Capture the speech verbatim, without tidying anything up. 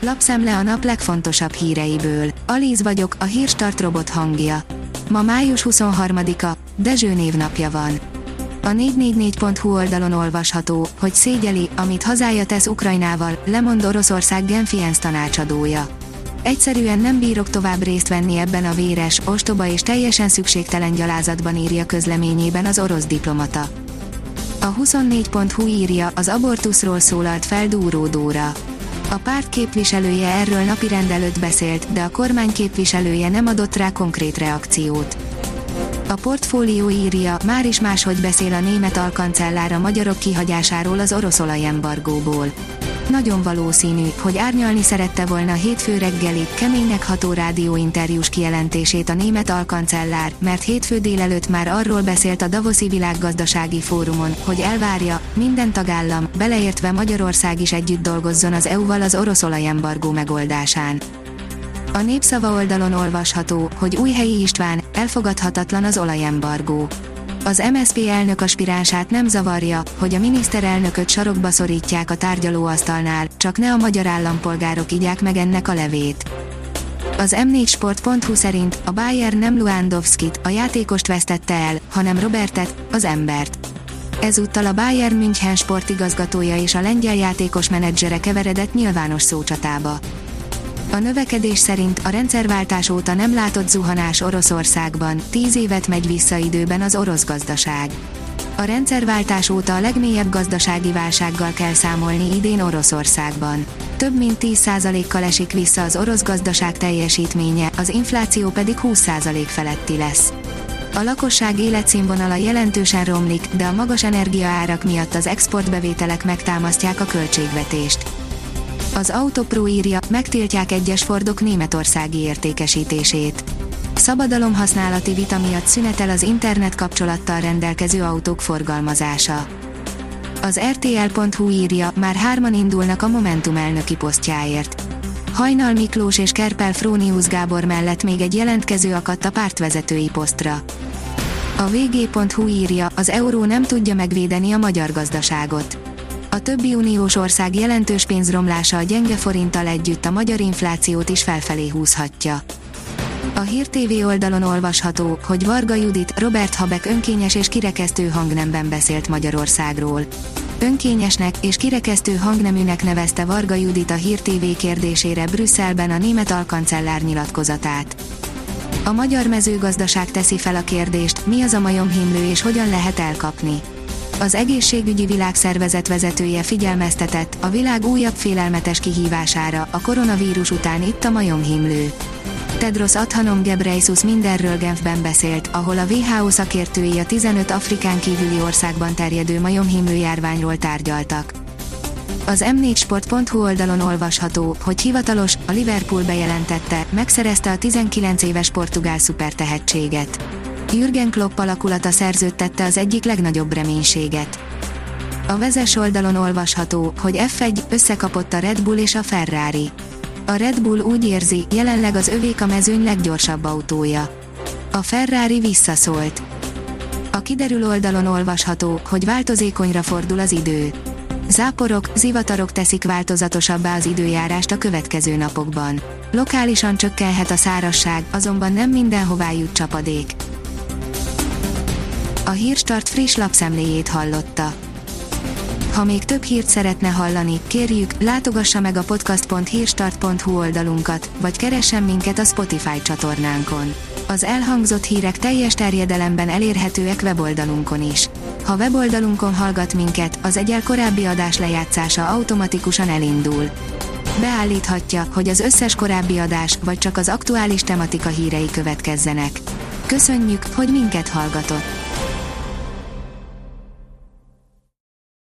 Lapszemle a nap legfontosabb híreiből. Alíz vagyok, a Hírstart robot hangja. Ma május huszonharmadika, Dezső névnapja van. A négy négy négy pont hu oldalon olvasható, hogy szégyeli, amit hazája tesz Ukrajnával, lemond Oroszország Genfi ENSZ tanácsadója. Egyszerűen nem bírok tovább részt venni ebben a véres, ostoba és teljesen szükségtelen gyalázatban, írja közleményében az orosz diplomata. A huszonnégy pont hu írja, az abortuszról szólalt fel Dúró Dóra. A párt képviselője erről napirend előtt beszélt, de a kormány képviselője nem adott rá konkrét reakciót. A Portfólió írja, máris máshogy beszél a német alkancellár a magyarok kihagyásáról az orosz olajembargóból. Nagyon valószínű, hogy árnyalni szerette volna hétfő reggeli, keménynek ható rádióinterjús kijelentését a német alkancellár, mert hétfő délelőtt már arról beszélt a Davoszi Világgazdasági Fórumon, hogy elvárja, minden tagállam, beleértve Magyarország is együtt dolgozzon az é u-val az orosz olajembargó megoldásán. A Népszava oldalon olvasható, hogy Újhelyi István, elfogadhatatlan az olajembargó. Az em es zé pé elnök aspiránsát nem zavarja, hogy a miniszterelnököt sarokba szorítják a tárgyalóasztalnál, csak ne a magyar állampolgárok igyák meg ennek a levét. Az em négy sport pont hu szerint a Bayern nem Lewandowskit, a játékost vesztette el, hanem Robertet, az embert. Ezúttal a Bayern München sportigazgatója és a lengyel játékos menedzsere keveredett nyilvános szócsatába. A növekedés szerint a rendszerváltás óta nem látott zuhanás Oroszországban, tíz évet megy vissza időben az orosz gazdaság. A rendszerváltás óta a legmélyebb gazdasági válsággal kell számolni idén Oroszországban. Több mint tíz százalékkal esik vissza az orosz gazdaság teljesítménye, az infláció pedig húsz százalék feletti lesz. A lakosság életszínvonala jelentősen romlik, de a magas energiaárak miatt az exportbevételek megtámasztják a költségvetést. Az Autopro írja, megtiltják egyes Fordok németországi értékesítését. Szabadalom használati vita miatt szünetel az internet kapcsolattal rendelkező autók forgalmazása. Az er té el pont hu írja, már hárman indulnak a Momentum elnöki posztjáért. Hajnal Miklós és Kerpel Frónius Gábor mellett még egy jelentkező akadt a pártvezetői posztra. A vé gé pont hu írja, az euró nem tudja megvédeni a magyar gazdaságot. A többi uniós ország jelentős pénzromlása a gyenge forinttal együtt a magyar inflációt is felfelé húzhatja. A Hír té vé oldalon olvasható, hogy Varga Judit, Robert Habeck önkényes és kirekesztő hangnemben beszélt Magyarországról. Önkényesnek és kirekesztő hangneműnek nevezte Varga Judit a Hír té vé kérdésére Brüsszelben a német alkancellár nyilatkozatát. A magyar mezőgazdaság teszi fel a kérdést, mi az a majomhímlő és hogyan lehet elkapni. Az egészségügyi világszervezet vezetője figyelmeztetett, a világ újabb félelmetes kihívására, a koronavírus után itt a majomhímlő. Tedros Adhanom Ghebreyesus mindenről Genfben beszélt, ahol a vé há o szakértői a tizenöt Afrikán kívüli országban terjedő majomhímlő járványról tárgyaltak. Az em négy sport pont hu oldalon olvasható, hogy hivatalos, a Liverpool bejelentette, megszerezte a tizenkilenc éves portugál szupertehetséget. Jürgen Klopp alakulata szerződtette az egyik legnagyobb reménységet. A Vezes oldalon olvasható, hogy ef egy, összekapott a Red Bull és a Ferrari. A Red Bull úgy érzi, jelenleg az övék a mezőny leggyorsabb autója. A Ferrari visszaszólt. A kiderül oldalon olvasható, hogy változékonyra fordul az idő. Záporok, zivatarok teszik változatosabbá az időjárást a következő napokban. Lokálisan csökkenhet a szárazság, azonban nem mindenhová jut csapadék. A Hírstart friss lapszemléjét hallotta. Ha még több hírt szeretne hallani, kérjük, látogassa meg a podcast pont hírstart pont hu oldalunkat, vagy keressen minket a Spotify csatornánkon. Az elhangzott hírek teljes terjedelemben elérhetőek weboldalunkon is. Ha weboldalunkon hallgat minket, az egyel korábbi adás lejátszása automatikusan elindul. Beállíthatja, hogy az összes korábbi adás, vagy csak az aktuális tematika hírei következzenek. Köszönjük, hogy minket hallgatott!